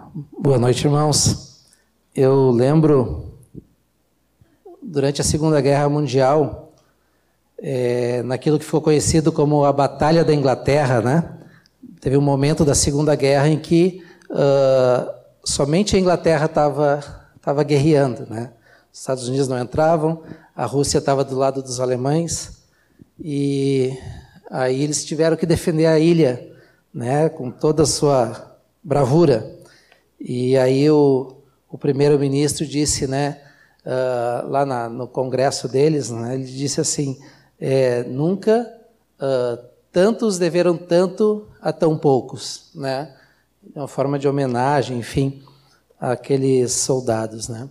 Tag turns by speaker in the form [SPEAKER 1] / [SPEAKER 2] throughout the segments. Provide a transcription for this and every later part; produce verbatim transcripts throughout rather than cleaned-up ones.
[SPEAKER 1] Boa noite, irmãos. Eu lembro, durante a Segunda Guerra Mundial, é, naquilo que ficou conhecido como a Batalha da Inglaterra, né? Teve um momento da Segunda Guerra em que uh, somente a Inglaterra estava estava guerreando, né? Os Estados Unidos não entravam, a Rússia estava do lado dos alemães, e aí eles tiveram que defender a ilha, né, com toda a sua bravura. E aí o, o primeiro-ministro disse, né, uh, lá na, no congresso deles, né, ele disse assim, é, nunca uh, tantos deveram tanto a tão poucos, né? Uma forma de homenagem, enfim, àqueles soldados, né?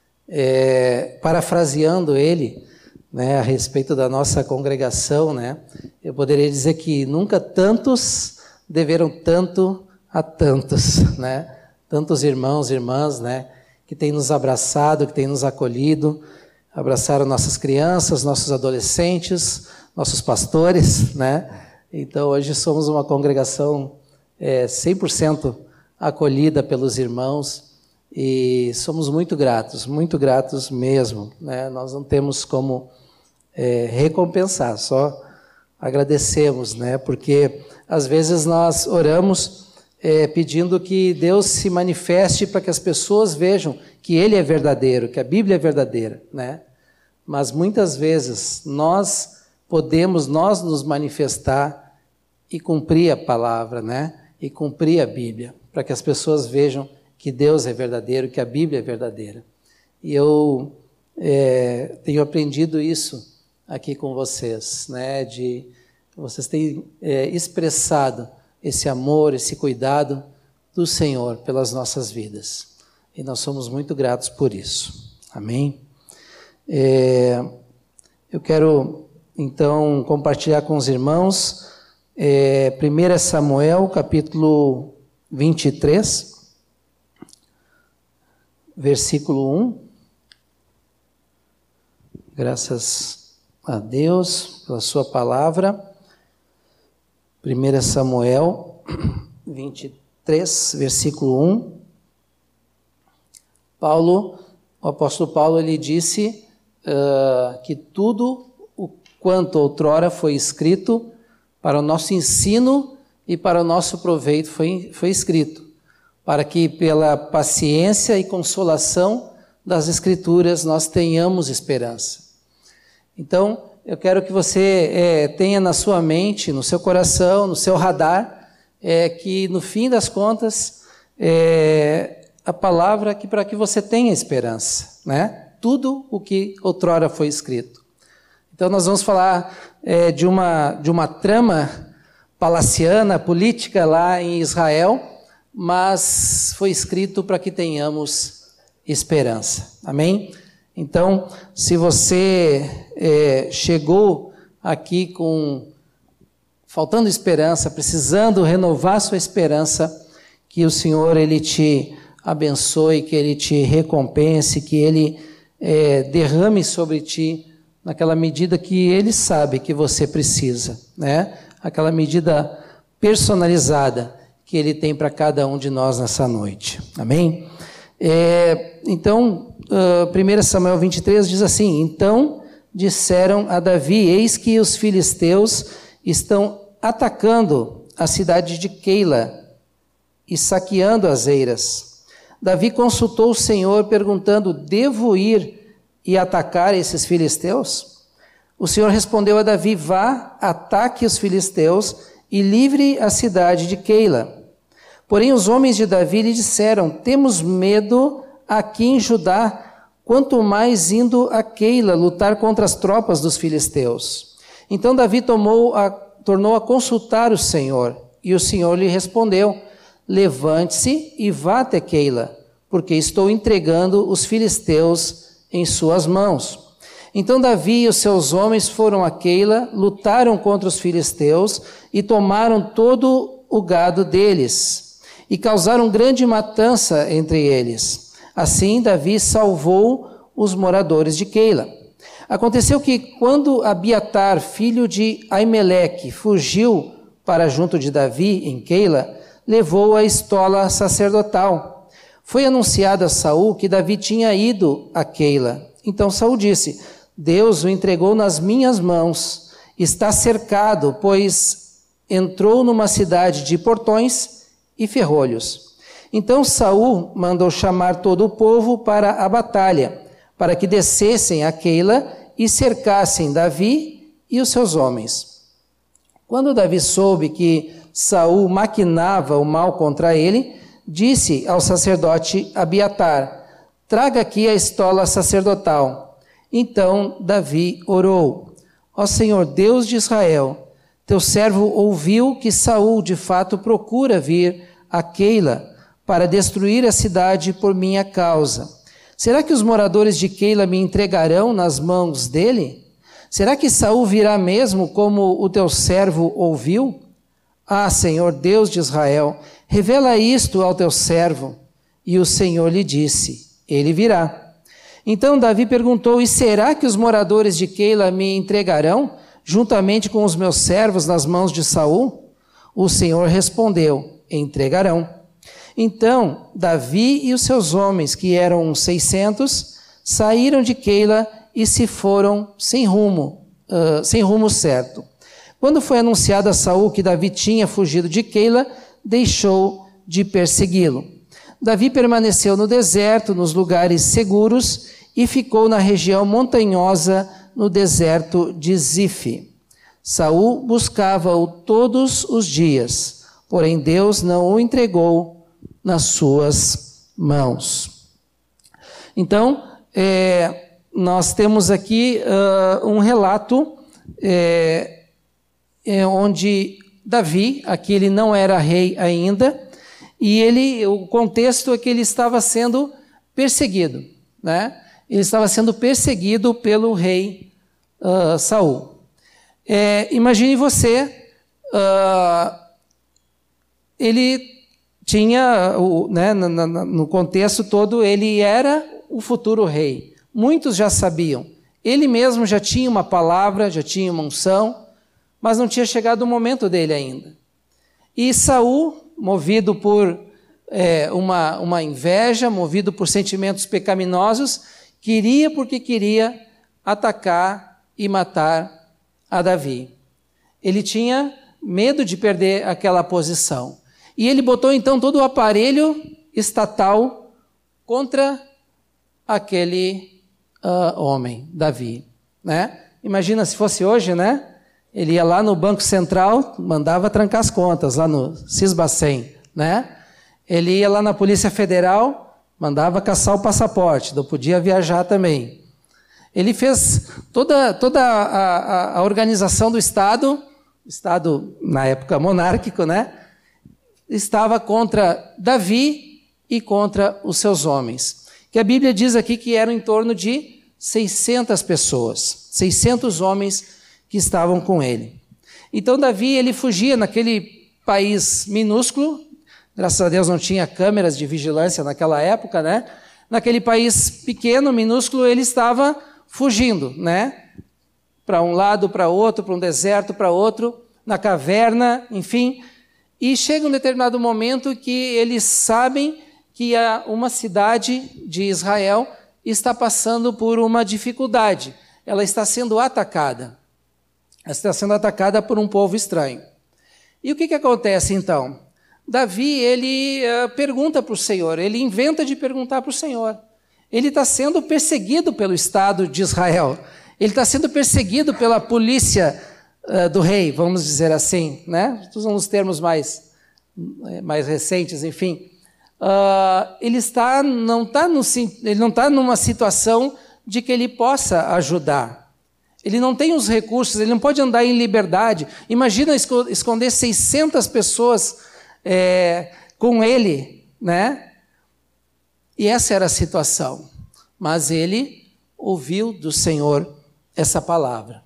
[SPEAKER 1] É, parafraseando ele, né, a respeito da nossa congregação, né, eu poderia dizer que nunca tantos deveram tanto a tantos, né? Tantos irmãos e irmãs, né, que têm nos abraçado, que têm nos acolhido, abraçaram nossas crianças, nossos adolescentes, nossos pastores, né? Então, hoje somos uma congregação é, cem por cento acolhida pelos irmãos e somos muito gratos, muito gratos mesmo, né? Nós não temos como é, recompensar, só agradecemos, né? Porque às vezes nós oramos É, pedindo que Deus se manifeste para que as pessoas vejam que Ele é verdadeiro, que a Bíblia é verdadeira, né? Mas muitas vezes nós podemos nós nos manifestar e cumprir a palavra, né? E cumprir a Bíblia, para que as pessoas vejam que Deus é verdadeiro, que a Bíblia é verdadeira. E eu é, tenho aprendido isso aqui com vocês, né? De vocês têm é, expressado esse amor, esse cuidado do Senhor pelas nossas vidas. E nós somos muito gratos por isso. Amém? É, eu quero, então, compartilhar com os irmãos é, primeiro Samuel, capítulo vinte e três, versículo um. Graças a Deus pela sua palavra. primeiro Samuel vinte e três, versículo um. Paulo, o apóstolo Paulo, ele disse uh, que tudo o quanto outrora foi escrito para o nosso ensino e para o nosso proveito foi, foi escrito, para que pela paciência e consolação das Escrituras nós tenhamos esperança. Então, eu quero que você é, tenha na sua mente, no seu coração, no seu radar, é, que no fim das contas, é, a palavra que para que você tenha esperança, né? Tudo o que outrora foi escrito. Então nós vamos falar é, de, uma, de uma trama palaciana, política lá em Israel, mas foi escrito para que tenhamos esperança. Amém? Então, se você é, chegou aqui com faltando esperança, precisando renovar sua esperança, que o Senhor ele te abençoe, que Ele te recompense, que Ele é, derrame sobre ti naquela medida que Ele sabe que você precisa, né? Aquela medida personalizada que Ele tem para cada um de nós nessa noite. Amém? É, então, uh, primeiro Samuel vinte e três diz assim, então disseram a Davi, eis que os filisteus estão atacando a cidade de Keila e saqueando as eiras. Davi consultou o Senhor perguntando, devo ir e atacar esses filisteus? O Senhor respondeu a Davi, vá, ataque os filisteus e livre a cidade de Keila. Porém os homens de Davi lhe disseram, temos medo aqui em Judá, quanto mais indo a Keila lutar contra as tropas dos filisteus. Então Davi tomou a, tornou a consultar o Senhor, e o Senhor lhe respondeu, levante-se e vá até Keila, porque estou entregando os filisteus em suas mãos. Então Davi e os seus homens foram a Keila, lutaram contra os filisteus e tomaram todo o gado deles, e causaram grande matança entre eles. Assim Davi salvou os moradores de Keila. Aconteceu que quando Abiatar, filho de Aimeleque, fugiu para junto de Davi em Keila, levou a estola sacerdotal. foi anunciado a Saul que Davi tinha ido a Keila. Então Saul disse: Deus o entregou nas minhas mãos, está cercado, pois entrou numa cidade de portões e ferrolhos. Então Saul mandou chamar todo o povo para a batalha, para que descessem a Keila e cercassem Davi e os seus homens. Quando Davi soube que Saul maquinava o mal contra ele, disse ao sacerdote Abiatar: traga aqui a estola sacerdotal. Então Davi orou: ó Senhor Deus de Israel, teu servo ouviu que Saul de fato procura vir a Keila para destruir a cidade por minha causa. Será que os moradores de Keila me entregarão nas mãos dele? Será que Saul virá mesmo como o teu servo ouviu? Ah, Senhor Deus de Israel, revela isto ao teu servo. E o Senhor lhe disse: ele virá. Então Davi perguntou: e será que os moradores de Keila me entregarão, juntamente com os meus servos, nas mãos de Saul? O Senhor respondeu: entregarão. Então Davi e os seus homens, que eram seiscentos, saíram de Keila e se foram sem rumo, uh, sem rumo certo. Quando foi anunciado a Saul que Davi tinha fugido de Keila, deixou de persegui-lo. Davi permaneceu no deserto, nos lugares seguros, e ficou na região montanhosa, no deserto de Zif. Saul buscava-o todos os dias, porém Deus não o entregou nas suas mãos. Então, é, nós temos aqui uh, um relato é, é, onde Davi, aqui ele não era rei ainda, e ele, o contexto é que ele estava sendo perseguido, né? Ele estava sendo perseguido pelo rei uh, Saul. É, imagine você, uh, ele tinha, né, no, no contexto todo, ele era o futuro rei. Muitos já sabiam. Ele mesmo já tinha uma palavra, já tinha uma unção, mas não tinha chegado o momento dele ainda. E Saul, movido por é, uma, uma inveja, movido por sentimentos pecaminosos, queria porque queria atacar e matar a Davi. Ele tinha medo de perder aquela posição. E ele botou então todo o aparelho estatal contra aquele uh, homem, Davi, né? Imagina se fosse hoje, né? Ele ia lá no Banco Central, mandava trancar as contas, lá no Sisbacen, né? Ele ia lá na Polícia Federal, mandava caçar o passaporte, não podia viajar também. Ele fez toda, toda a, a, a organização do Estado, Estado na época monárquico, né? Estava contra Davi e contra os seus homens. Que a Bíblia diz aqui que eram em torno de seiscentas pessoas, seiscentos homens que estavam com ele. Então Davi, ele fugia naquele país minúsculo, graças a Deus não tinha câmeras de vigilância naquela época, né? Naquele país pequeno, minúsculo, ele estava fugindo, né? Para um lado, para outro, para um deserto, para outro, na caverna, enfim. E chega um determinado momento que eles sabem que uma cidade de Israel está passando por uma dificuldade. Ela está sendo atacada. Ela está sendo atacada por um povo estranho. E o que, que acontece então? Davi, ele uh, pergunta para o Senhor, ele inventa de perguntar para o Senhor. Ele está sendo perseguido pelo Estado de Israel. Ele está sendo perseguido pela polícia uh, do rei, vamos dizer assim, né? Usando os termos mais, mais recentes, enfim. Uh, ele está, não está no, ele não está numa situação de que ele possa ajudar. Ele não tem os recursos, ele não pode andar em liberdade. Imagina esconder seiscentas pessoas é, com ele, né? E essa era a situação. Mas ele ouviu do Senhor essa palavra.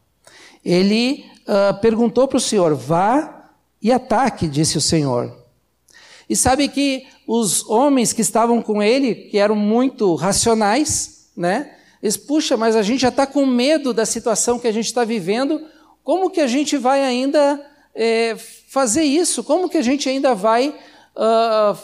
[SPEAKER 1] Ele uh, perguntou para o Senhor: vá e ataque, disse o Senhor. E sabe que os homens que estavam com ele, que eram muito racionais, né? Eles, puxa, mas a gente já está com medo da situação que a gente está vivendo, como que a gente vai ainda é, fazer isso? Como que a gente ainda vai uh,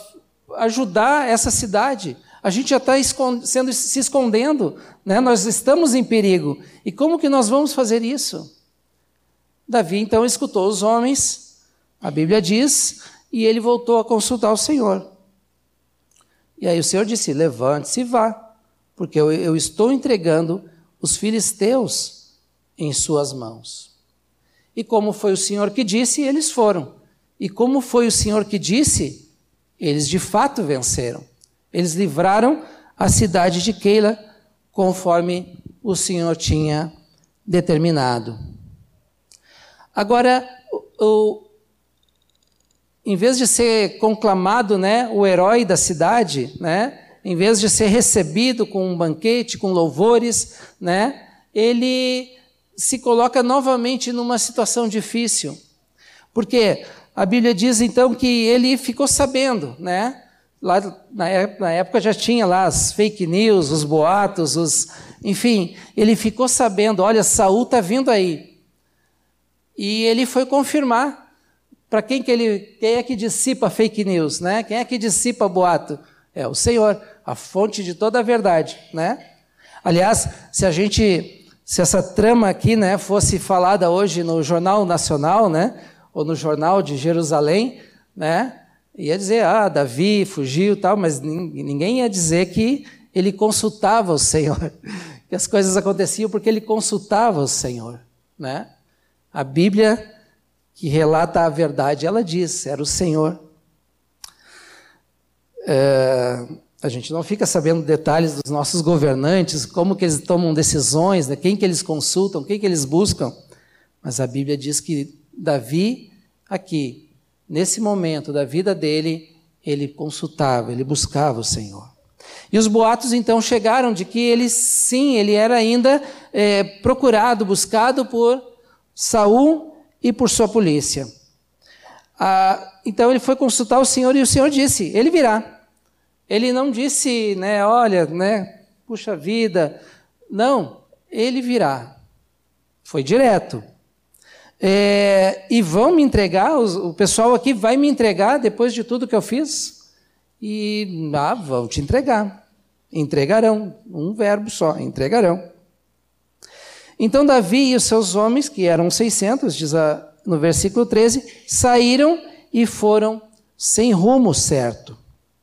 [SPEAKER 1] ajudar essa cidade. A gente já está sendo, se escondendo, né? Nós estamos em perigo. E como que nós vamos fazer isso? Davi, então, escutou os homens, a Bíblia diz, e ele voltou a consultar o Senhor. E aí o Senhor disse, levante-se e vá, porque eu, eu estou entregando os filisteus em suas mãos. E como foi o Senhor que disse, eles foram. E como foi o Senhor que disse, eles de fato venceram. Eles livraram a cidade de Keila, conforme o Senhor tinha determinado. Agora, o, o, em vez de ser conclamado, né, o herói da cidade, né, em vez de ser recebido com um banquete, com louvores, né, ele se coloca novamente numa situação difícil. Porque a Bíblia diz então que ele ficou sabendo, né? Lá na época já tinha lá as fake news, os boatos, os, enfim, ele ficou sabendo, olha, Saul está vindo aí. E ele foi confirmar. Para quem que ele, quem é que dissipa fake news, né? Quem é que dissipa boato? É o Senhor, a fonte de toda a verdade, né? Aliás, se a gente, se essa trama aqui, né, fosse falada hoje no Jornal Nacional, né, ou no Jornal de Jerusalém, né, ia dizer, ah, Davi fugiu e tal, mas ninguém ia dizer que ele consultava o Senhor, que as coisas aconteciam porque ele consultava o Senhor, né? A Bíblia, que relata a verdade, ela diz, era o Senhor. É, a gente não fica sabendo detalhes dos nossos governantes, como que eles tomam decisões, né, quem que eles consultam, quem que eles buscam, mas a Bíblia diz que Davi, aqui, nesse momento da vida dele, ele consultava, ele buscava o Senhor. E os boatos então chegaram de que ele, sim, ele era ainda é, procurado, buscado por Saul e por sua polícia. Ah, então ele foi consultar o Senhor e o Senhor disse, ele virá. Ele não disse, né, olha, né, puxa vida, não, ele virá. Foi direto. É, e vão me entregar, os, o pessoal aqui vai me entregar depois de tudo que eu fiz? E, ah, vão te entregar. Entregarão, um verbo só, entregarão. Então Davi e os seus homens, que eram seiscentos, diz a, no versículo treze, saíram e foram sem rumo certo.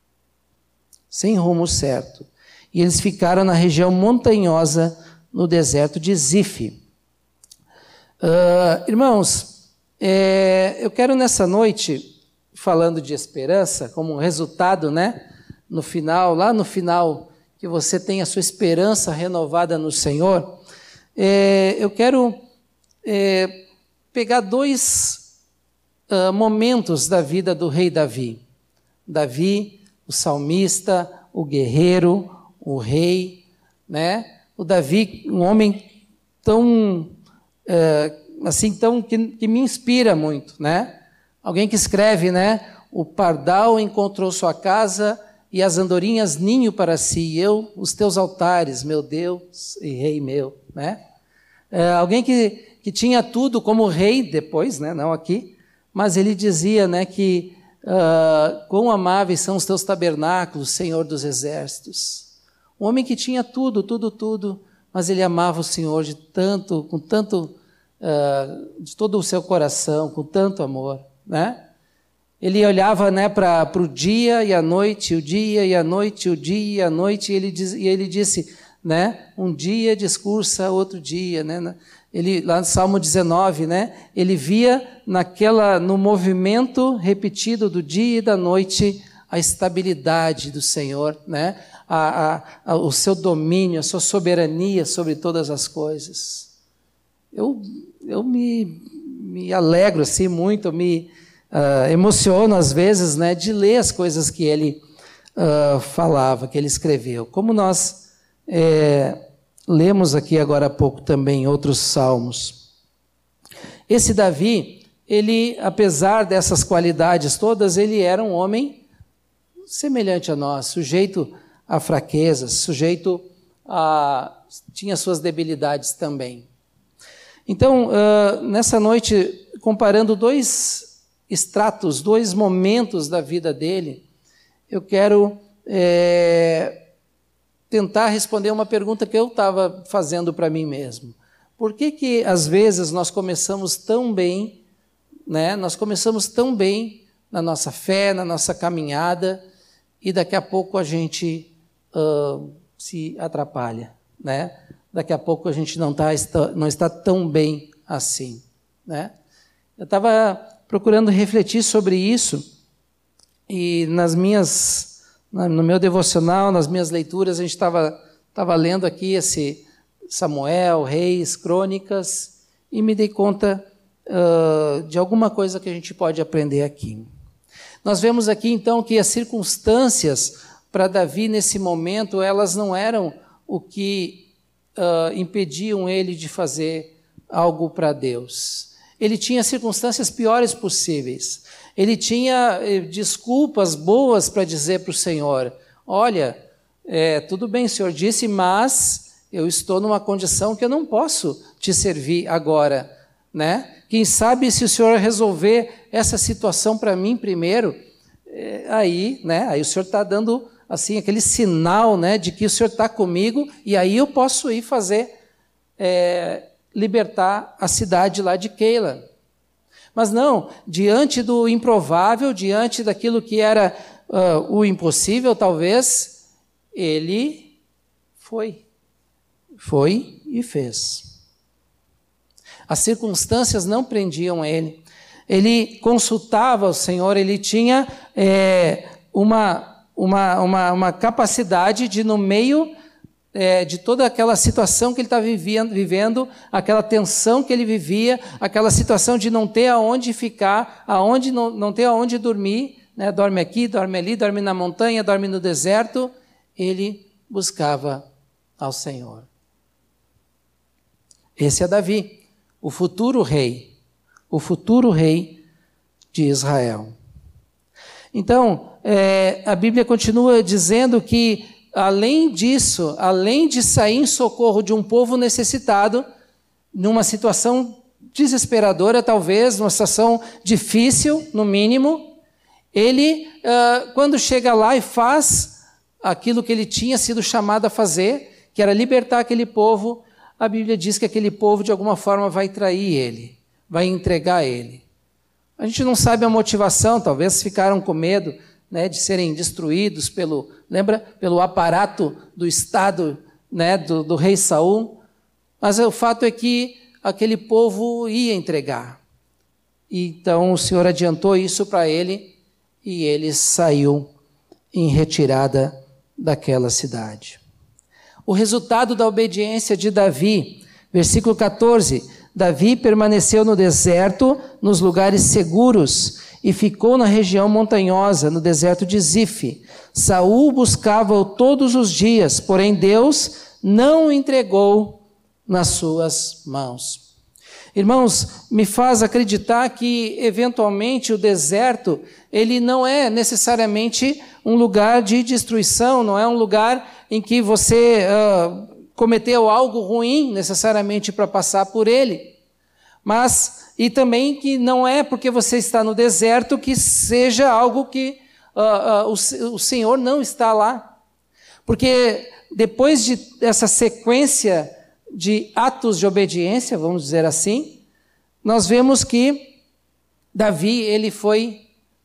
[SPEAKER 1] Sem rumo certo. E eles ficaram na região montanhosa, no deserto de Zif. Uh, irmãos, é, eu quero nessa noite, falando de esperança, como um resultado, né, no final, lá no final, que você tenha a sua esperança renovada no Senhor, é, eu quero é, pegar dois uh, momentos da vida do rei Davi. Davi, o salmista, o guerreiro, o rei, né, o Davi, um homem tão... É, assim, então, que, que me inspira muito, né? Alguém que escreve, né? O pardal encontrou sua casa e as andorinhas ninho para si, e eu, os teus altares, meu Deus e rei meu, né? É, alguém que, que tinha tudo como rei depois, né? Não aqui, mas ele dizia, né, que uh, quão amáveis são os teus tabernáculos, Senhor dos exércitos. Um homem que tinha tudo, tudo, tudo, mas ele amava o Senhor de tanto, com tanto, uh, de todo o seu coração, com tanto amor, né? Ele olhava, né, para o dia e a noite, o dia e a noite, o dia e a noite, e ele, diz, e ele disse, né, um dia discursa outro dia, né? Ele, lá no Salmo dezenove, né, ele via naquela, no movimento repetido do dia e da noite a estabilidade do Senhor, né? A, a, a, o seu domínio, a sua soberania sobre todas as coisas. Eu, eu me, me alegro assim, muito, me uh, emociono às vezes, né, de ler as coisas que ele uh, falava, que ele escreveu. Como nós é, lemos aqui agora há pouco também outros salmos. Esse Davi, ele, apesar dessas qualidades todas, ele era um homem semelhante a nós, sujeito a fraquezas, sujeito a... tinha suas debilidades também. Então, uh, nessa noite, comparando dois estratos, dois momentos da vida dele, eu quero é, tentar responder uma pergunta que eu estava fazendo para mim mesmo. Por que que, às vezes, nós começamos tão bem, né? Nós começamos tão bem na nossa fé, na nossa caminhada, e daqui a pouco a gente uh, se atrapalha, né? Daqui a pouco a gente não, tá, está, não está tão bem assim, né? Eu estava procurando refletir sobre isso, e nas minhas, no meu devocional, nas minhas leituras, a gente estava estava lendo aqui esse Samuel, Reis, Crônicas, e me dei conta uh, de alguma coisa que a gente pode aprender aqui. Nós vemos aqui, então, que as circunstâncias para Davi, nesse momento, elas não eram o que uh, impediam ele de fazer algo para Deus. Ele tinha circunstâncias piores possíveis. Ele tinha eh, desculpas boas para dizer para o Senhor, olha, é, tudo bem, o Senhor disse, mas eu estou numa condição que eu não posso te servir agora, né? Quem sabe se o Senhor resolver essa situação para mim primeiro, é, aí, né? Aí o Senhor está dando assim aquele sinal, né, de que o Senhor está comigo e aí eu posso ir fazer é, libertar a cidade lá de Keila. Mas não, diante do improvável, diante daquilo que era uh, o impossível, talvez, ele foi. Foi e fez. As circunstâncias não prendiam ele. Ele consultava o Senhor, ele tinha é, uma, uma, uma, uma capacidade de, no meio é, de toda aquela situação que ele estava vivendo, aquela tensão que ele vivia, aquela situação de não ter aonde ficar, aonde não, não ter aonde dormir, né? Dorme aqui, dorme ali, dorme na montanha, dorme no deserto, ele buscava ao Senhor. Esse é Davi, o futuro rei, o futuro rei de Israel. Então, é, a Bíblia continua dizendo que, além disso, além de sair em socorro de um povo necessitado, numa situação desesperadora, talvez, numa situação difícil, no mínimo, ele, uh, quando chega lá e faz aquilo que ele tinha sido chamado a fazer, que era libertar aquele povo, a Bíblia diz que aquele povo, de alguma forma, vai trair ele, vai entregar ele. A gente não sabe a motivação, talvez ficaram com medo, né, de serem destruídos pelo, lembra, pelo aparato do Estado, né, do, do rei Saul. Mas o fato é que aquele povo ia entregar. E, então o Senhor adiantou isso para ele e ele saiu em retirada daquela cidade. O resultado da obediência de Davi, versículo catorze, Davi permaneceu no deserto, nos lugares seguros, e ficou na região montanhosa, no deserto de Zif. Saul buscava-o todos os dias, porém Deus não o entregou nas suas mãos. Irmãos, me faz acreditar que, eventualmente, o deserto, ele não é necessariamente um lugar de destruição, não é um lugar em que você uh, cometeu algo ruim, necessariamente, para passar por ele. Mas, e também que não é porque você está no deserto que seja algo que uh, uh, o, o Senhor não está lá. Porque depois de essa sequência de atos de obediência, vamos dizer assim, nós vemos que Davi, ele foi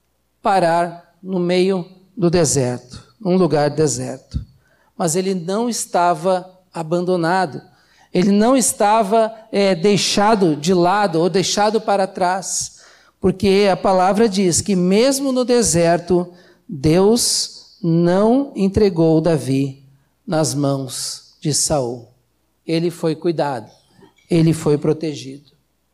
[SPEAKER 1] parar no meio do deserto, num lugar deserto. Mas ele não estava abandonado, ele não estava é, deixado de lado ou deixado para trás, porque a palavra diz que mesmo no deserto, Deus não entregou Davi nas mãos de Saul. Ele foi cuidado, ele foi protegido.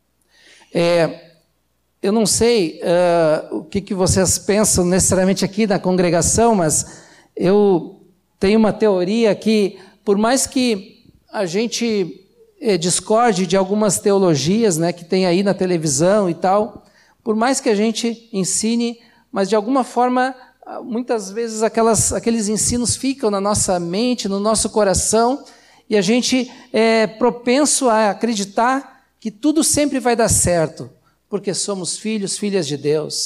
[SPEAKER 1] É, eu não sei uh, o que, que vocês pensam necessariamente aqui na congregação, mas eu tenho uma teoria que, por mais que a gente eh, discorde de algumas teologias, né, que tem aí na televisão e tal, por mais que a gente ensine, mas de alguma forma, muitas vezes aquelas, aqueles ensinos ficam na nossa mente, no nosso coração, e a gente é propenso a acreditar que tudo sempre vai dar certo, porque somos filhos, filhas de Deus.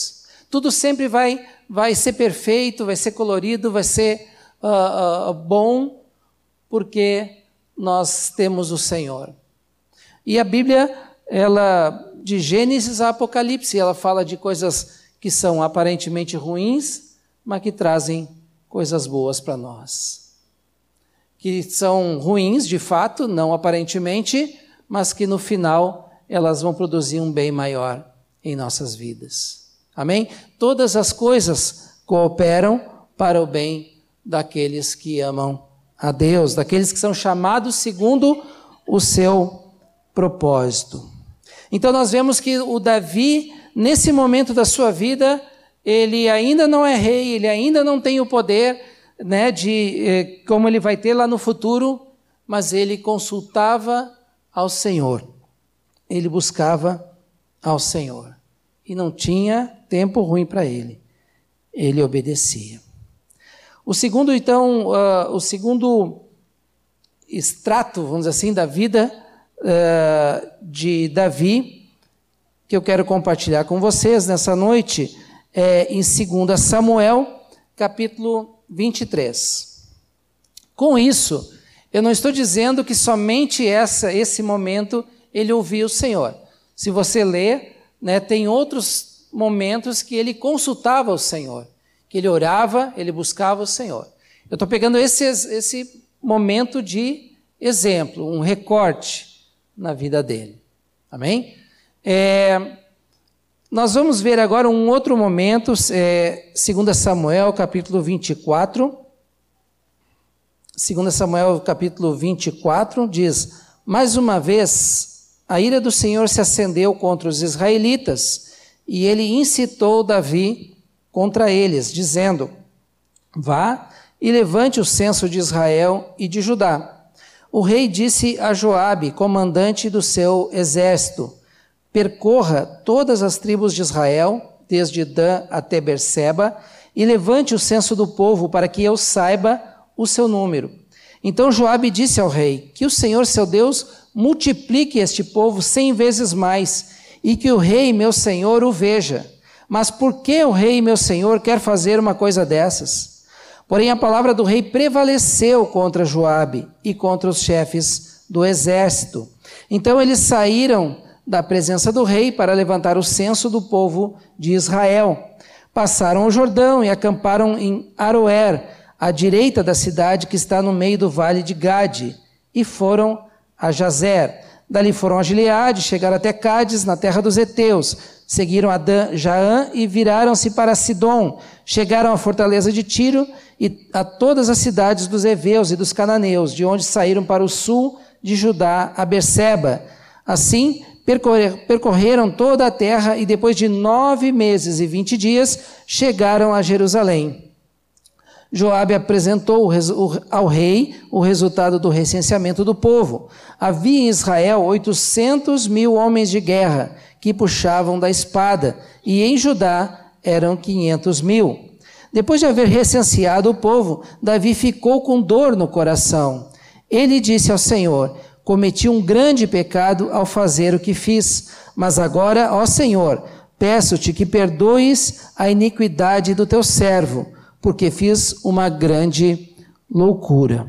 [SPEAKER 1] tudo sempre vai, vai ser perfeito, vai ser colorido, vai ser uh, uh, bom, porque nós temos o Senhor. E a Bíblia, ela, de Gênesis a Apocalipse, ela fala de coisas que são aparentemente ruins, mas que trazem coisas boas para nós. Que são ruins, de fato, não aparentemente, mas que no final elas vão produzir um bem maior em nossas vidas. Amém? Todas as coisas cooperam para o bem daqueles que amam a Deus, daqueles que são chamados segundo o seu propósito. Então nós vemos que o Davi, nesse momento da sua vida, ele ainda não é rei, ele ainda não tem o poder, né, de eh, como ele vai ter lá no futuro, mas ele consultava ao Senhor, ele buscava ao Senhor, e não tinha tempo ruim para ele, ele obedecia. O segundo, então, uh, o segundo extrato, vamos dizer assim, da vida uh, de Davi, que eu quero compartilhar com vocês nessa noite, é em dois Samuel, capítulo vinte e três. Com isso, eu não estou dizendo que somente essa, esse momento ele ouviu o Senhor. Se você ler, né, tem outros momentos que ele consultava o Senhor, que ele orava, ele buscava o Senhor. Eu estou pegando esse, esse momento de exemplo, um recorte na vida dele. Amém? É, nós vamos ver agora um outro momento, é, dois Samuel, capítulo vinte e quatro. dois Samuel, capítulo vinte e quatro, diz: mais uma vez, a ira do Senhor se acendeu contra os israelitas, e ele incitou Davi contra eles, dizendo: vá e levante o censo de Israel e de Judá. O rei disse a Joabe, comandante do seu exército: percorra todas as tribos de Israel, desde Dan até Berseba, e levante o censo do povo, para que eu saiba o seu número. Então Joabe disse ao rei: que o Senhor seu Deus multiplique este povo cem vezes mais, e que o rei meu senhor o veja. Mas por que o rei meu senhor quer fazer uma coisa dessas? Porém a palavra do rei prevaleceu contra Joabe e contra os chefes do exército. Então eles saíram da presença do rei para levantar o censo do povo de Israel. Passaram o Jordão e acamparam em Aroer, à direita da cidade que está no meio do vale de Gade, e foram a Jazer. Dali foram a Gileade, chegaram até Cádiz, na terra dos heteus, seguiram a Dan, Jaã e viraram-se para Sidom, chegaram à fortaleza de Tiro e a todas as cidades dos heveus e dos cananeus, de onde saíram para o sul de Judá a Berseba. Assim, percorrer, percorreram toda a terra e depois de nove meses e vinte dias, chegaram a Jerusalém. Joabe apresentou ao rei o resultado do recenseamento do povo. Havia em Israel oitocentos mil homens de guerra que puxavam da espada, e em Judá eram quinhentos mil. Depois de haver recenseado o povo, Davi ficou com dor no coração. Ele disse ao Senhor: cometi um grande pecado ao fazer o que fiz, mas agora, ó Senhor, peço-te que perdoes a iniquidade do teu servo, porque fiz uma grande loucura.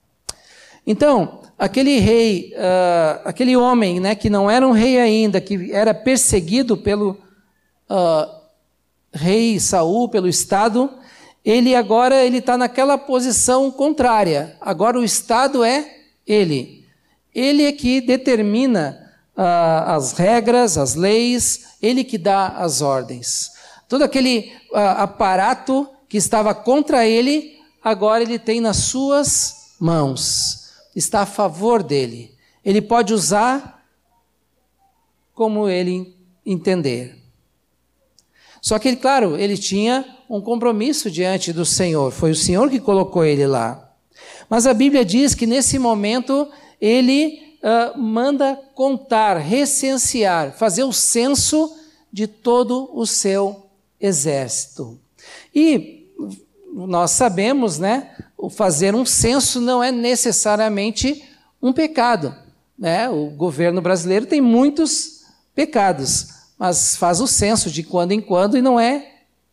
[SPEAKER 1] Então, aquele rei, uh, aquele homem, né, que não era um rei ainda, que era perseguido pelo uh, rei Saul, pelo Estado, ele agora ele está naquela posição contrária. Agora o Estado é ele. Ele é que determina uh, as regras, as leis, ele que dá as ordens. Todo aquele uh, aparato que estava contra ele, agora ele tem nas suas mãos, está a favor dele. Ele pode usar como ele entender. Só que, claro, ele tinha um compromisso diante do Senhor, foi o Senhor que colocou ele lá. Mas a Bíblia diz que nesse momento ele uh, manda contar, recensear, fazer o censo de todo o seu exército. E nós sabemos, né, o fazer um censo não é necessariamente um pecado, né? O governo brasileiro tem muitos pecados, mas faz o censo de quando em quando e não é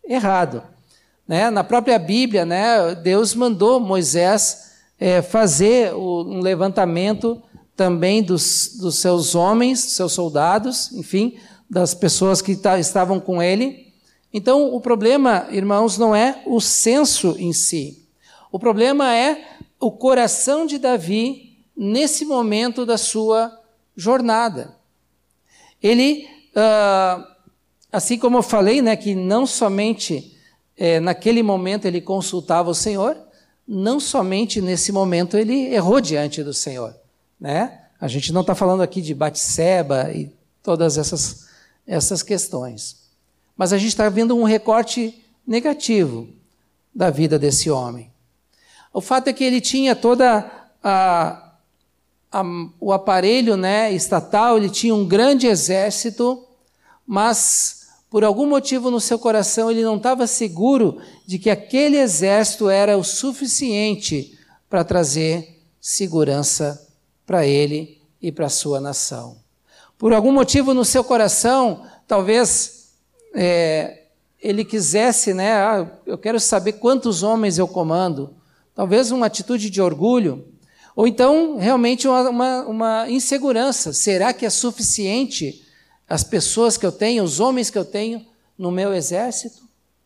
[SPEAKER 1] errado. Né? Na própria Bíblia, né, Deus mandou Moisés é, fazer o, um levantamento também dos, dos seus homens, dos seus soldados, enfim, das pessoas que tá, estavam com ele. Então, o problema, irmãos, não é o censo em si. O problema é o coração de Davi nesse momento da sua jornada. Ele, uh, assim como eu falei, né, que não somente é, naquele momento ele consultava o Senhor, não somente nesse momento ele errou diante do Senhor. Né? A gente não está falando aqui de Batseba e todas essas, essas questões. Mas a gente está vendo um recorte negativo da vida desse homem. O fato é que ele tinha toda a, a, o aparelho, né, estatal, ele tinha um grande exército, mas por algum motivo no seu coração ele não estava seguro de que aquele exército era o suficiente para trazer segurança para ele e para a sua nação. Por algum motivo no seu coração, talvez é, ele quisesse, né, ah, eu quero saber quantos homens eu comando, talvez uma atitude de orgulho, ou então realmente uma, uma, uma insegurança. Será que é suficiente as pessoas que eu tenho, os homens que eu tenho no meu exército?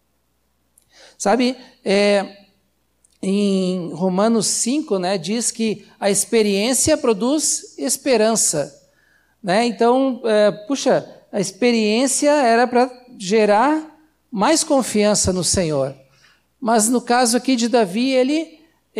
[SPEAKER 1] Sabe, é, em Romanos cinco, né, diz que a experiência produz esperança. Né? Então, é, puxa, a experiência era para gerar mais confiança no Senhor. Mas no caso aqui de Davi, ele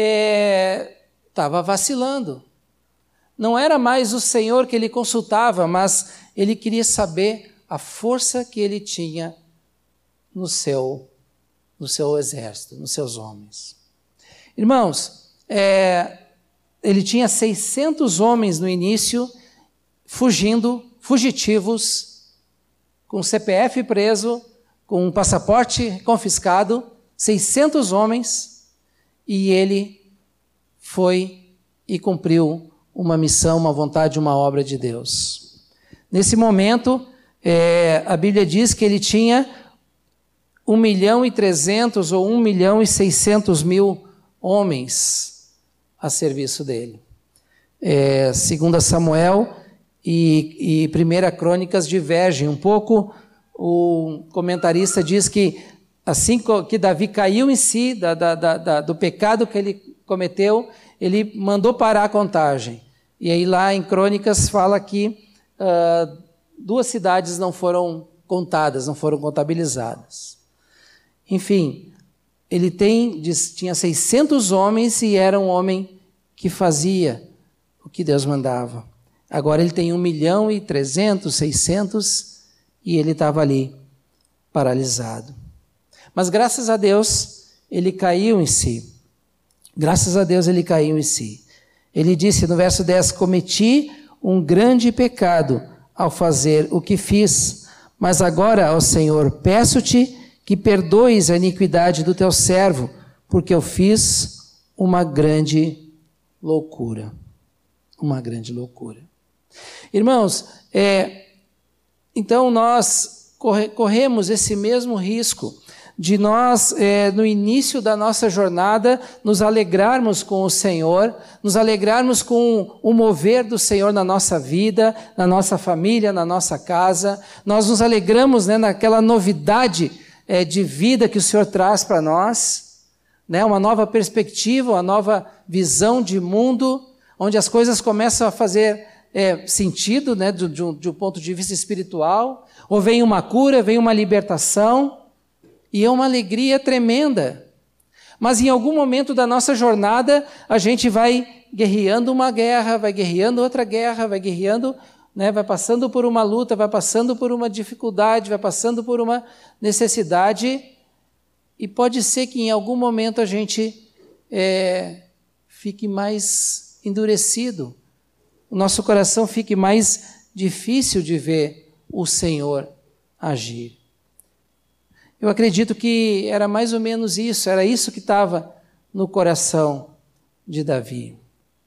[SPEAKER 1] estava é, vacilando. Não era mais o Senhor que ele consultava, mas ele queria saber a força que ele tinha no seu, no seu exército, nos seus homens. Irmãos, é, ele tinha seiscentos homens no início, fugindo, fugitivos, com C P F preso, com um passaporte confiscado, seiscentos homens, e ele foi e cumpriu uma missão, uma vontade, uma obra de Deus. Nesse momento, é, a Bíblia diz que ele tinha um milhão e trezentos ou um milhão e seiscentos mil homens a serviço dele. É, segundo Samuel e, e Primeira Crônicas divergem um pouco. O comentarista diz que assim que Davi caiu em si da, da, da, do pecado que ele cometeu, ele mandou parar a contagem. E aí lá em Crônicas fala que uh, duas cidades não foram contadas, não foram contabilizadas. Enfim, ele tem, diz, tinha seiscentos homens e era um homem que fazia o que Deus mandava. Agora ele tem um milhão e trezentos, seiscentos e ele estava ali paralisado. Mas graças a Deus ele caiu em si. Graças a Deus ele caiu em si. Ele disse no verso dez, cometi um grande pecado ao fazer o que fiz, mas agora, ó Senhor, peço-te que perdoes a iniquidade do teu servo, porque eu fiz uma grande loucura. Uma grande loucura. Irmãos, é, então nós corre, corremos esse mesmo risco de nós, é, no início da nossa jornada, nos alegrarmos com o Senhor, nos alegrarmos com o mover do Senhor na nossa vida, na nossa família, na nossa casa. Nós nos alegramos, né, naquela novidade é, de vida que o Senhor traz para nós, né, uma nova perspectiva, uma nova visão de mundo, onde as coisas começam a fazer é, sentido, né, de, de, um, de um ponto de vista espiritual, ou vem uma cura, vem uma libertação, e é uma alegria tremenda. Mas em algum momento da nossa jornada, a gente vai guerreando uma guerra, vai guerreando outra guerra, vai guerreando, né, vai passando por uma luta, vai passando por uma dificuldade, vai passando por uma necessidade, e pode ser que em algum momento a gente é, fique mais endurecido, o nosso coração fique mais difícil de ver o Senhor agir. Eu acredito que era mais ou menos isso, era isso que estava no coração de Davi.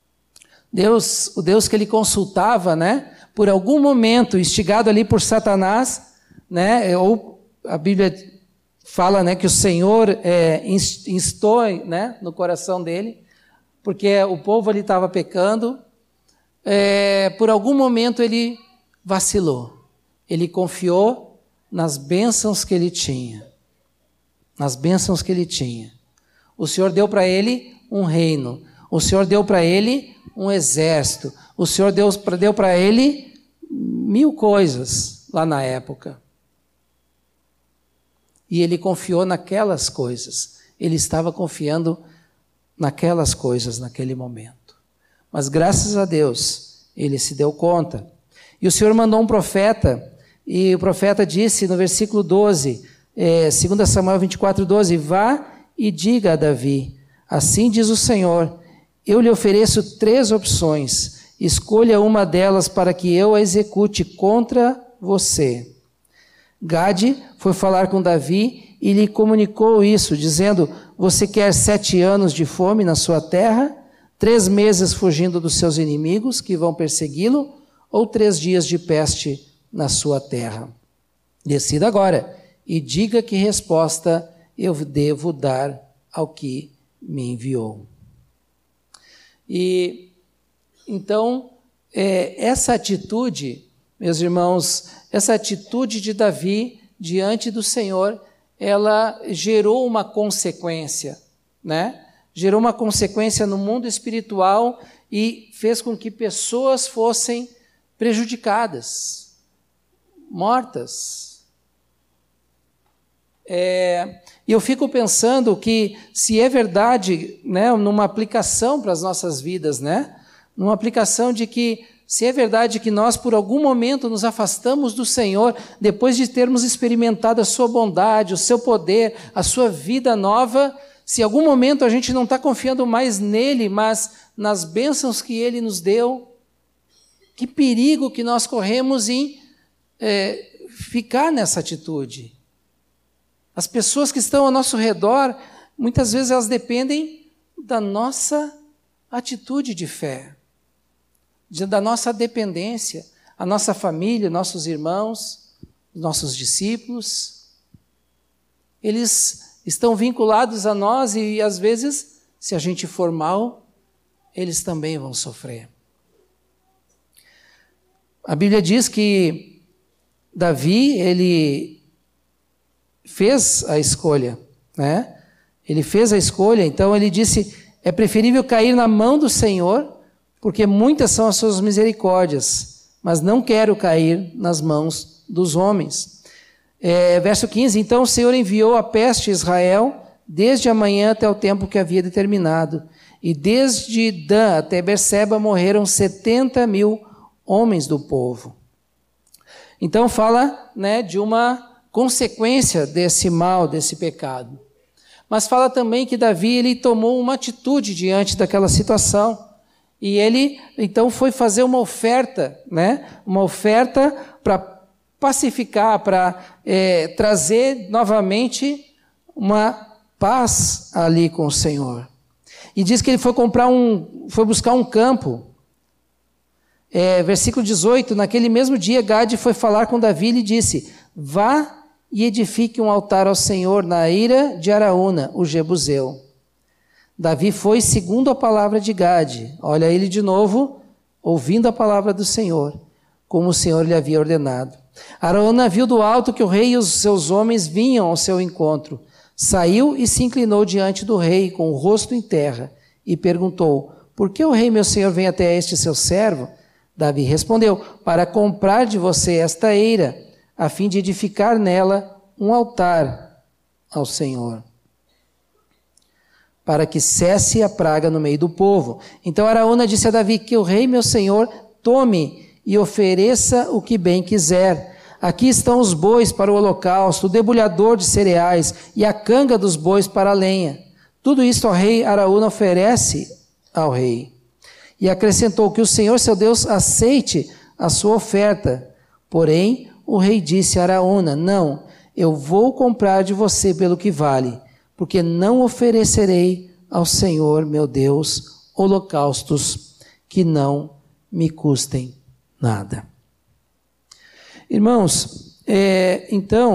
[SPEAKER 1] Deus, o Deus que ele consultava, né, por algum momento, instigado ali por Satanás, né, ou a Bíblia fala, né, que o Senhor é, instou, né, no coração dele, porque o povo ali estava pecando. É, por algum momento ele vacilou, ele confiou nas bênçãos que ele tinha, nas bênçãos que ele tinha. O Senhor deu para ele um reino, o Senhor deu para ele um exército, o Senhor deu, deu para ele mil coisas lá na época. E ele confiou naquelas coisas, ele estava confiando naquelas coisas naquele momento. Mas graças a Deus, ele se deu conta. E o Senhor mandou um profeta, e o profeta disse no versículo doze, é, dois Samuel vinte e quatro, doze, vá e diga a Davi, assim diz o Senhor, eu lhe ofereço três opções, escolha uma delas para que eu a execute contra você. Gade foi falar com Davi e lhe comunicou isso, dizendo, você quer sete anos de fome na sua terra? Três meses fugindo dos seus inimigos que vão persegui-lo, ou três dias de peste na sua terra? Decida agora e diga que resposta eu devo dar ao que me enviou. E então, é, essa atitude, meus irmãos, essa atitude de Davi diante do Senhor, ela gerou uma consequência, né? Gerou uma consequência no mundo espiritual e fez com que pessoas fossem prejudicadas, mortas. É, e eu fico pensando que se é verdade, né, numa aplicação para as nossas vidas, né, numa aplicação de que se é verdade que nós por algum momento nos afastamos do Senhor, depois de termos experimentado a sua bondade, o seu poder, a sua vida nova, se em algum momento a gente não está confiando mais nele, mas nas bênçãos que ele nos deu, que perigo que nós corremos em é, ficar nessa atitude. As pessoas que estão ao nosso redor, muitas vezes elas dependem da nossa atitude de fé, de, da nossa dependência, a nossa família, nossos irmãos, nossos discípulos. Eles estão vinculados a nós e, às vezes, se a gente for mal, eles também vão sofrer. A Bíblia diz que Davi, ele fez a escolha, né? Ele fez a escolha, então ele disse, é preferível cair na mão do Senhor, porque muitas são as suas misericórdias, mas não quero cair nas mãos dos homens. É, verso quinze, então o Senhor enviou a peste a Israel desde a manhã até o tempo que havia determinado, e desde Dan até Berseba morreram setenta mil homens do povo. Então fala, né, de uma consequência desse mal, desse pecado. Mas fala também que Davi ele tomou uma atitude diante daquela situação, e ele então foi fazer uma oferta, né, uma oferta para pacificar, para é, trazer novamente uma paz ali com o Senhor. E diz que ele foi comprar um, foi buscar um campo. É, versículo dezoito, naquele mesmo dia Gade foi falar com Davi e lhe disse, vá e edifique um altar ao Senhor na eira de Araúna, o Jebuseu. Davi foi segundo a palavra de Gade. Olha ele de novo, ouvindo a palavra do Senhor, como o Senhor lhe havia ordenado. Araúna viu do alto que o rei e os seus homens vinham ao seu encontro. Saiu e se inclinou diante do rei, com o rosto em terra, e perguntou, por que o rei meu senhor vem até este seu servo? Davi respondeu, para comprar de você esta eira, a fim de edificar nela um altar ao Senhor, para que cesse a praga no meio do povo. Então Araúna disse a Davi, que o rei meu senhor tome e ofereça o que bem quiser. Aqui estão os bois para o holocausto, o debulhador de cereais e a canga dos bois para a lenha. Tudo isto ao rei Araúna oferece ao rei. E acrescentou que o Senhor seu Deus aceite a sua oferta. Porém, o rei disse a Araúna, não, eu vou comprar de você pelo que vale, porque não oferecerei ao Senhor meu Deus holocaustos que não me custem nada. Irmãos, é, então,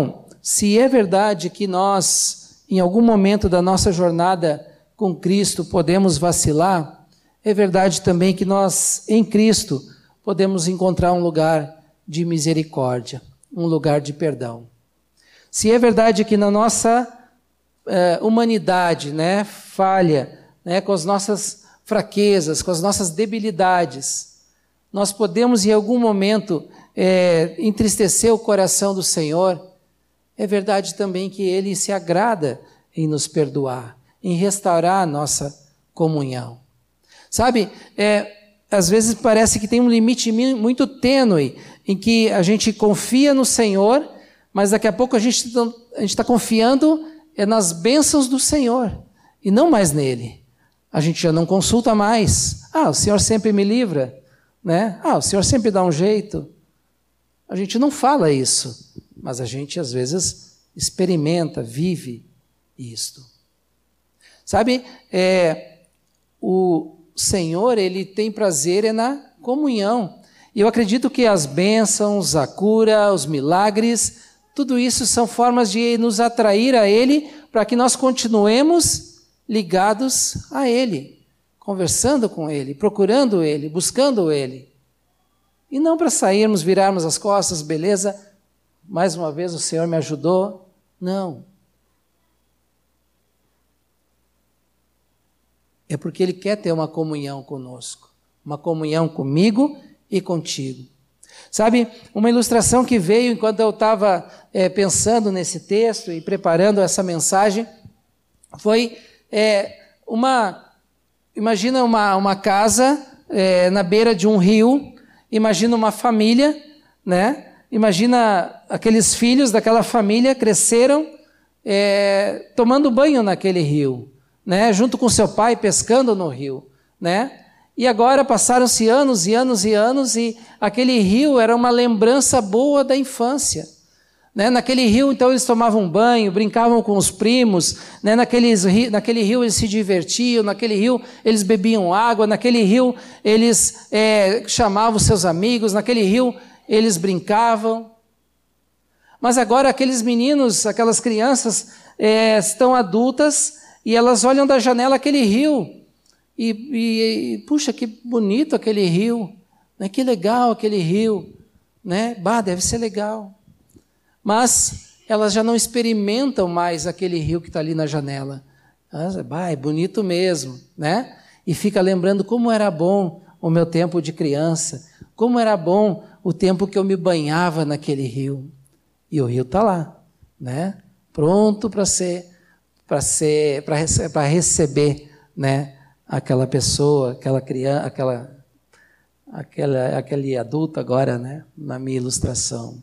[SPEAKER 1] se é verdade que nós, em algum momento da nossa jornada com Cristo, podemos vacilar, é verdade também que nós, em Cristo, podemos encontrar um lugar de misericórdia, um lugar de perdão. Se é verdade que na nossa eh, humanidade, né, falha, né, com as nossas fraquezas, com as nossas debilidades, nós podemos em algum momento é, entristecer o coração do Senhor, é verdade também que Ele se agrada em nos perdoar, em restaurar a nossa comunhão. Sabe, é, às vezes parece que tem um limite muito tênue, em que a gente confia no Senhor, mas daqui a pouco a gente está confiando é nas bênçãos do Senhor, e não mais nele. A gente já não consulta mais. Ah, o Senhor sempre me livra, né? Ah, o Senhor sempre dá um jeito. A gente não fala isso, mas a gente às vezes experimenta, vive isto. Sabe, é, o Senhor, Ele tem prazer é na comunhão. E eu acredito que as bênçãos, a cura, os milagres, tudo isso são formas de nos atrair a Ele, para que nós continuemos ligados a Ele, conversando com Ele, procurando Ele, buscando Ele. E não para sairmos, virarmos as costas, beleza, mais uma vez o Senhor me ajudou. Não. É porque Ele quer ter uma comunhão conosco, uma comunhão comigo e contigo. Sabe, uma ilustração que veio enquanto eu estava é, pensando nesse texto e preparando essa mensagem, foi é, uma, imagina uma, uma casa é, na beira de um rio, imagina uma família, né? Imagina aqueles filhos daquela família cresceram é, tomando banho naquele rio, né? Junto com seu pai pescando no rio, né? E agora passaram-se anos e anos e anos e aquele rio era uma lembrança boa da infância. Né? Naquele rio, então, eles tomavam banho, brincavam com os primos, né? Naqueles, naquele rio eles se divertiam, naquele rio eles bebiam água, naquele rio eles é, chamavam seus amigos, naquele rio eles brincavam. Mas agora aqueles meninos, aquelas crianças é, estão adultas e elas olham da janela aquele rio e, e, e puxa, que bonito aquele rio, né? Que legal aquele rio, né? Bah, deve ser legal. Mas elas já não experimentam mais aquele rio que está ali na janela. Ah, é bonito mesmo, né? E fica lembrando como era bom o meu tempo de criança, como era bom o tempo que eu me banhava naquele rio. E o rio está lá, né? Pronto para ser, para ser, para rece- para receber, né? Aquela pessoa, aquela criança, aquela, aquela, aquele adulto agora, né? Na minha ilustração.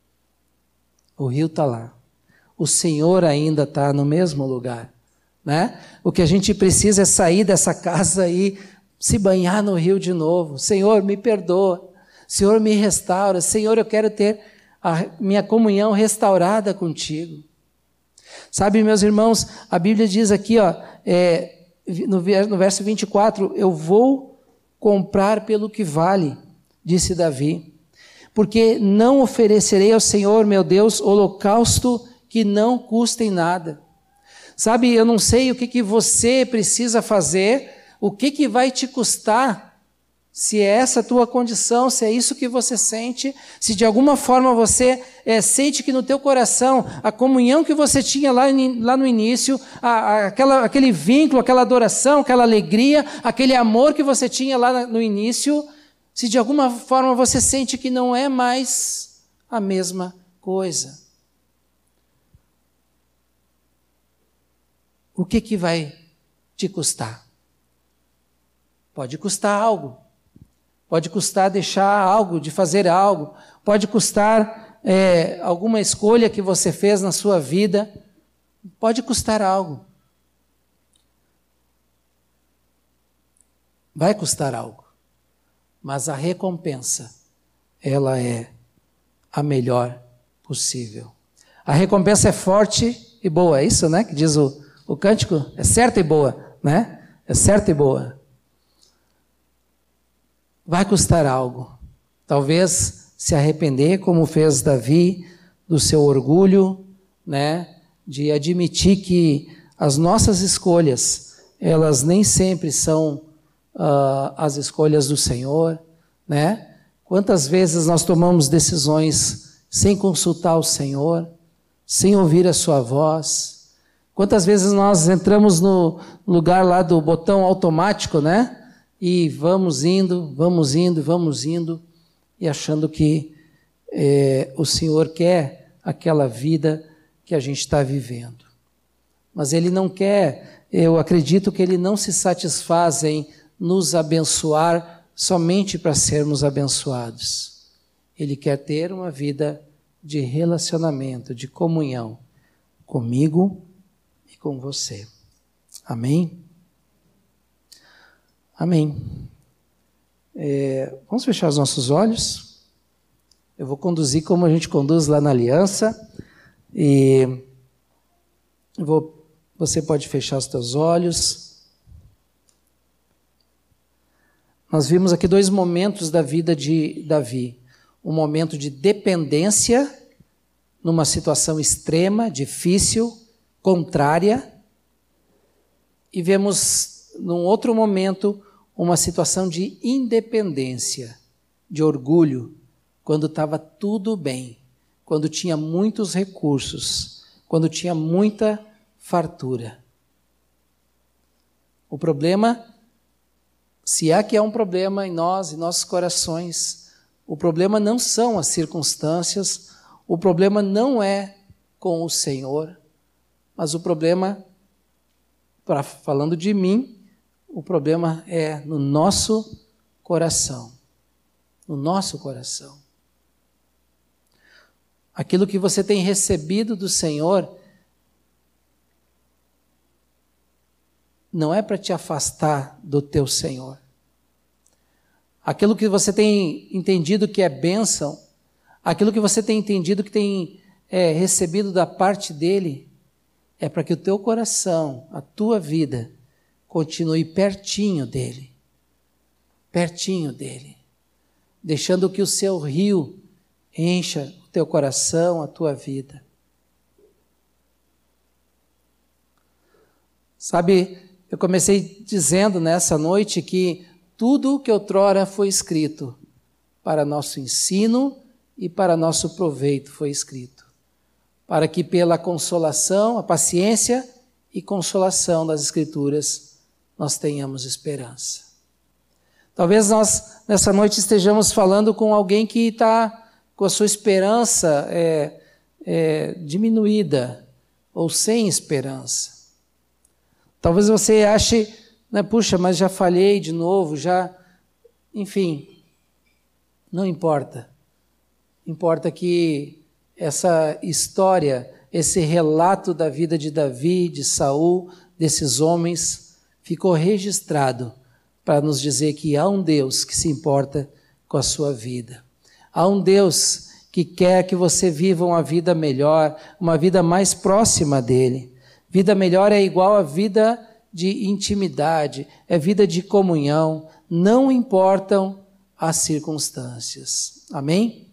[SPEAKER 1] O rio está lá. O Senhor ainda está no mesmo lugar, né? O que a gente precisa é sair dessa casa e se banhar no rio de novo. Senhor, me perdoa. Senhor, me restaura. Senhor, eu quero ter a minha comunhão restaurada contigo. Sabe, meus irmãos, a Bíblia diz aqui, ó, é, no, no verso vinte e quatro, eu vou comprar pelo que vale, disse Davi. Porque não oferecerei ao Senhor, meu Deus, holocausto que não custa em nada. Sabe, eu não sei o que, que você precisa fazer, o que, que vai te custar, se é essa a tua condição, se é isso que você sente, se de alguma forma você é, sente que no teu coração, a comunhão que você tinha lá, lá no início, a, a, aquela, aquele vínculo, aquela adoração, aquela alegria, aquele amor que você tinha lá no início, se de alguma forma você sente que não é mais a mesma coisa. O que, que vai te custar? Pode custar algo. Pode custar deixar algo, de fazer algo. Pode custar é, alguma escolha que você fez na sua vida. Pode custar algo. Vai custar algo. Mas a recompensa, ela é a melhor possível. A recompensa é forte e boa, é isso, né? Que diz o, o cântico, é certa e boa, né? É certa e boa. Vai custar algo. Talvez se arrepender, como fez Davi, do seu orgulho, né, de admitir que as nossas escolhas, elas nem sempre são uh, as escolhas do Senhor, né? Quantas vezes nós tomamos decisões sem consultar o Senhor, sem ouvir a sua voz? Quantas vezes nós entramos no lugar lá do botão automático, né? E vamos indo, vamos indo, vamos indo, e achando que é, o Senhor quer aquela vida que a gente está vivendo. Mas Ele não quer, eu acredito que Ele não se satisfaz em nos abençoar somente para sermos abençoados. Ele quer ter uma vida de relacionamento, de comunhão comigo e com você. Amém? Amém. É, vamos fechar os nossos olhos. Eu vou conduzir como a gente conduz lá na aliança. E vou, você pode fechar os teus olhos. Nós vimos aqui dois momentos da vida de Davi. Um momento de dependência, numa situação extrema, difícil, contrária. E vemos, num outro momento, uma situação de independência, de orgulho, quando estava tudo bem, quando tinha muitos recursos, quando tinha muita fartura. O problema, se é que é um problema em nós, em nossos corações, o problema não são as circunstâncias, o problema não é com o Senhor, mas o problema, pra, falando de mim, o problema é no nosso coração. No nosso coração. Aquilo que você tem recebido do Senhor não é para te afastar do teu Senhor. Aquilo que você tem entendido que é bênção, aquilo que você tem entendido que tem é, recebido da parte dele, é para que o teu coração, a tua vida, continue pertinho dele, pertinho dele, deixando que o seu rio encha o teu coração, a tua vida. Sabe, eu comecei dizendo nessa noite que tudo que outrora foi escrito para nosso ensino e para nosso proveito foi escrito, para que pela consolação, a paciência e consolação das Escrituras nós tenhamos esperança. Talvez nós, nessa noite, estejamos falando com alguém que está com a sua esperança é, é, diminuída ou sem esperança. Talvez você ache, né, puxa, mas já falhei de novo, já... Enfim, não importa. Importa que essa história, esse relato da vida de Davi, de Saul, desses homens, ficou registrado para nos dizer que há um Deus que se importa com a sua vida. Há um Deus que quer que você viva uma vida melhor, uma vida mais próxima dele. Vida melhor é igual a vida de intimidade, é vida de comunhão, não importam as circunstâncias. Amém?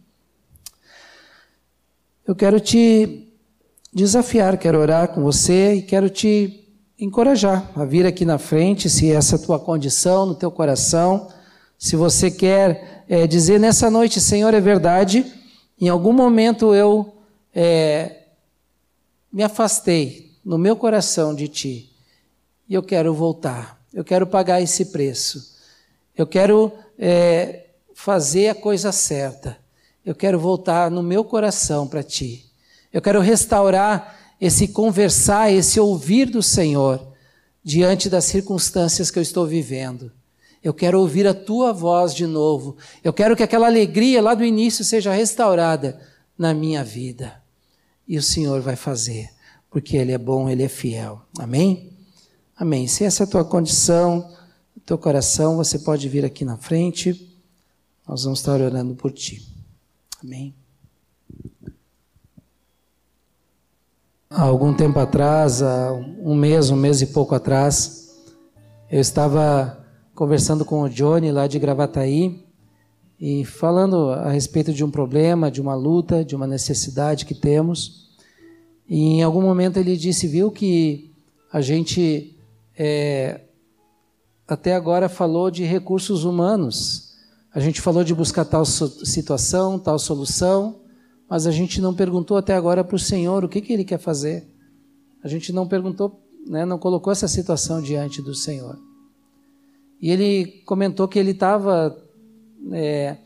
[SPEAKER 1] Eu quero te desafiar, quero orar com você e quero te encorajar a vir aqui na frente, se essa é a tua condição, no teu coração, se você quer é, dizer nessa noite, Senhor, é verdade, em algum momento eu é, me afastei no meu coração de Ti, e eu quero voltar, eu quero pagar esse preço, eu quero é, fazer a coisa certa, eu quero voltar no meu coração para Ti, eu quero restaurar esse conversar, esse ouvir do Senhor diante das circunstâncias que eu estou vivendo. Eu quero ouvir a Tua voz de novo. Eu quero que aquela alegria lá do início seja restaurada na minha vida. E o Senhor vai fazer, porque Ele é bom, Ele é fiel. Amém? Amém. Se essa é a tua condição, o teu coração, você pode vir aqui na frente. Nós vamos estar orando por ti. Amém? Há algum tempo atrás, há um mês, um mês e pouco atrás, eu estava conversando com o Johnny lá de Gravataí e falando a respeito de um problema, de uma luta, de uma necessidade que temos. E em algum momento ele disse, viu que a gente é, até agora falou de recursos humanos. A gente falou de buscar tal situação, tal solução, mas a gente não perguntou até agora para o Senhor o que, que Ele quer fazer. A gente não perguntou, né, não colocou essa situação diante do Senhor. E ele comentou que ele estava é,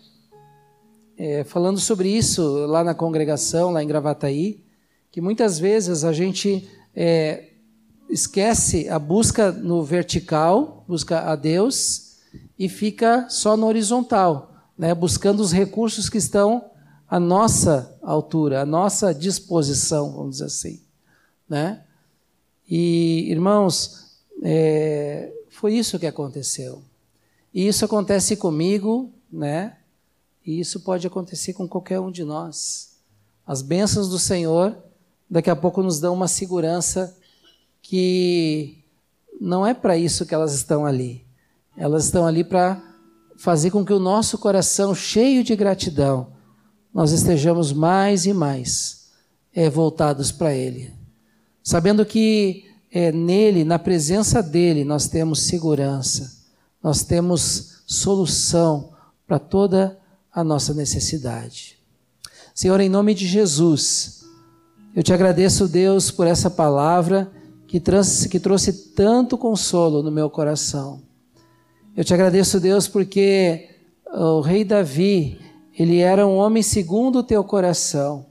[SPEAKER 1] é, falando sobre isso lá na congregação, lá em Gravataí, que muitas vezes a gente é, esquece a busca no vertical, busca a Deus, e fica só no horizontal, né, buscando os recursos que estão à nossa altura, à nossa disposição, vamos dizer assim, né? E, irmãos, é, foi isso que aconteceu. E isso acontece comigo, né? E isso pode acontecer com qualquer um de nós. As bênçãos do Senhor, daqui a pouco nos dão uma segurança que não é para isso que elas estão ali. Elas estão ali para fazer com que o nosso coração, cheio de gratidão, nós estejamos mais e mais é, voltados para Ele. Sabendo que é, nele, na presença dEle, nós temos segurança, nós temos solução para toda a nossa necessidade. Senhor, em nome de Jesus, eu te agradeço, Deus, por essa palavra que trouxe, que trouxe tanto consolo no meu coração. Eu te agradeço, Deus, porque o rei Davi, ele era um homem segundo o teu coração,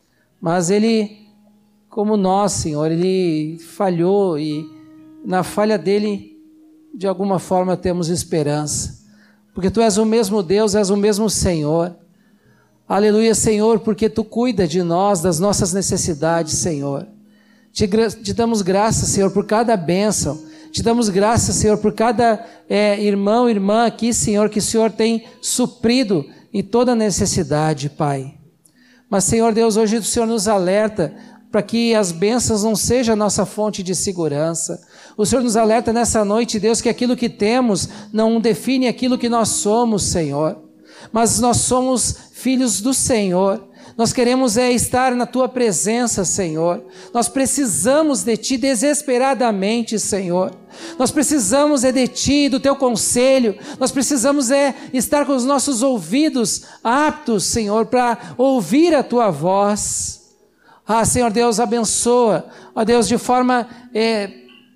[SPEAKER 1] mas ele, como nós, Senhor, ele falhou e na falha dele, de alguma forma, temos esperança, porque tu és o mesmo Deus, és o mesmo Senhor. Aleluia, Senhor, porque tu cuida de nós, das nossas necessidades, Senhor. Te, te damos graças, Senhor, por cada bênção. Te damos graças, Senhor, por cada é, irmão, irmã aqui, Senhor, que o Senhor tem suprido em toda necessidade, Pai. Mas, Senhor Deus, hoje o Senhor nos alerta para que as bênçãos não sejam a nossa fonte de segurança. O Senhor nos alerta nessa noite, Deus, que aquilo que temos não define aquilo que nós somos, Senhor. Mas nós somos filhos do Senhor. Nós queremos é estar na Tua presença, Senhor. Nós precisamos de Ti desesperadamente, Senhor. Nós precisamos é de Ti, do Teu conselho. Nós precisamos é estar com os nossos ouvidos aptos, Senhor, para ouvir a Tua voz. Ah, Senhor Deus, abençoa, ó Deus, de forma é,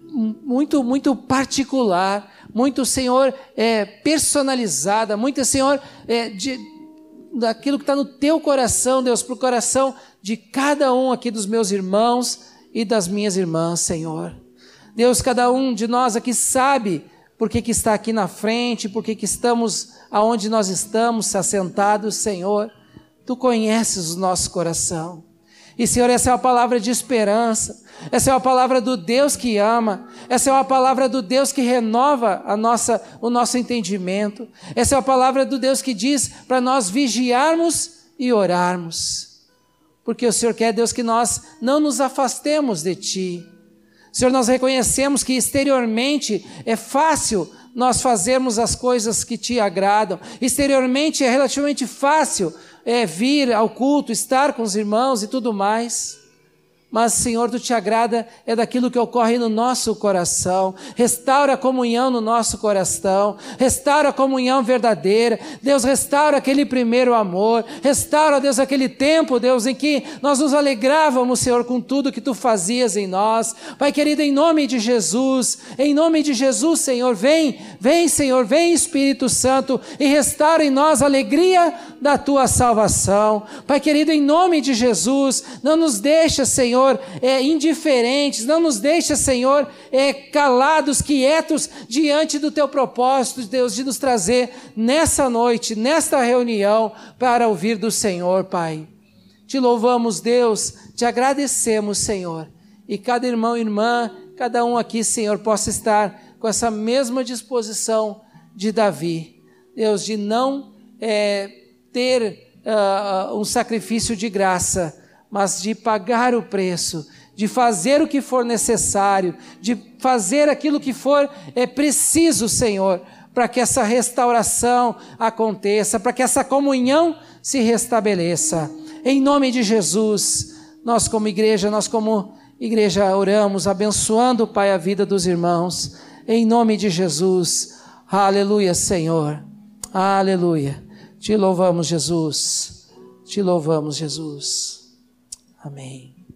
[SPEAKER 1] muito, muito particular, muito, Senhor, é, personalizada, muito, Senhor, é, de, daquilo que está no Teu coração, Deus, para o coração de cada um aqui dos meus irmãos e das minhas irmãs, Senhor. Deus, cada um de nós aqui sabe por que que está aqui na frente, por que que estamos aonde nós estamos assentados, Senhor. Tu conheces o nosso coração. E, Senhor, essa é uma palavra de esperança, essa é uma palavra do Deus que ama, essa é uma palavra do Deus que renova a nossa, o nosso entendimento, essa é uma palavra do Deus que diz para nós vigiarmos e orarmos, porque o Senhor quer, Deus, que nós não nos afastemos de Ti. Senhor, nós reconhecemos que exteriormente é fácil nós fazermos as coisas que Te agradam, exteriormente é relativamente fácil é vir ao culto, estar com os irmãos e tudo mais. Mas, Senhor, Tu te agrada é daquilo que ocorre no nosso coração. Restaura a comunhão no nosso coração. Restaura a comunhão verdadeira. Deus, restaura aquele primeiro amor. Restaura, Deus, aquele tempo, Deus, em que nós nos alegrávamos, Senhor, com tudo que Tu fazias em nós. Pai querido, em nome de Jesus, em nome de Jesus, Senhor, vem, vem, Senhor, vem, Espírito Santo, e restaura em nós a alegria da Tua salvação. Pai querido, em nome de Jesus, não nos deixa, Senhor, É, indiferentes, não nos deixa, Senhor, é, calados, quietos, diante do Teu propósito, Deus, de nos trazer nessa noite, nesta reunião, para ouvir do Senhor, Pai. Te louvamos, Deus, te agradecemos, Senhor, e cada irmão e irmã, cada um aqui, Senhor, possa estar com essa mesma disposição de Davi, Deus, de não é, ter uh, um sacrifício de graça, mas de pagar o preço, de fazer o que for necessário, de fazer aquilo que for é preciso, Senhor, para que essa restauração aconteça, para que essa comunhão se restabeleça. Em nome de Jesus, Nós como igreja, nós como igreja oramos, abençoando, Pai, a vida dos irmãos, em nome de Jesus. Aleluia, Senhor. Aleluia. Te louvamos, Jesus. Te louvamos, Jesus. Amém.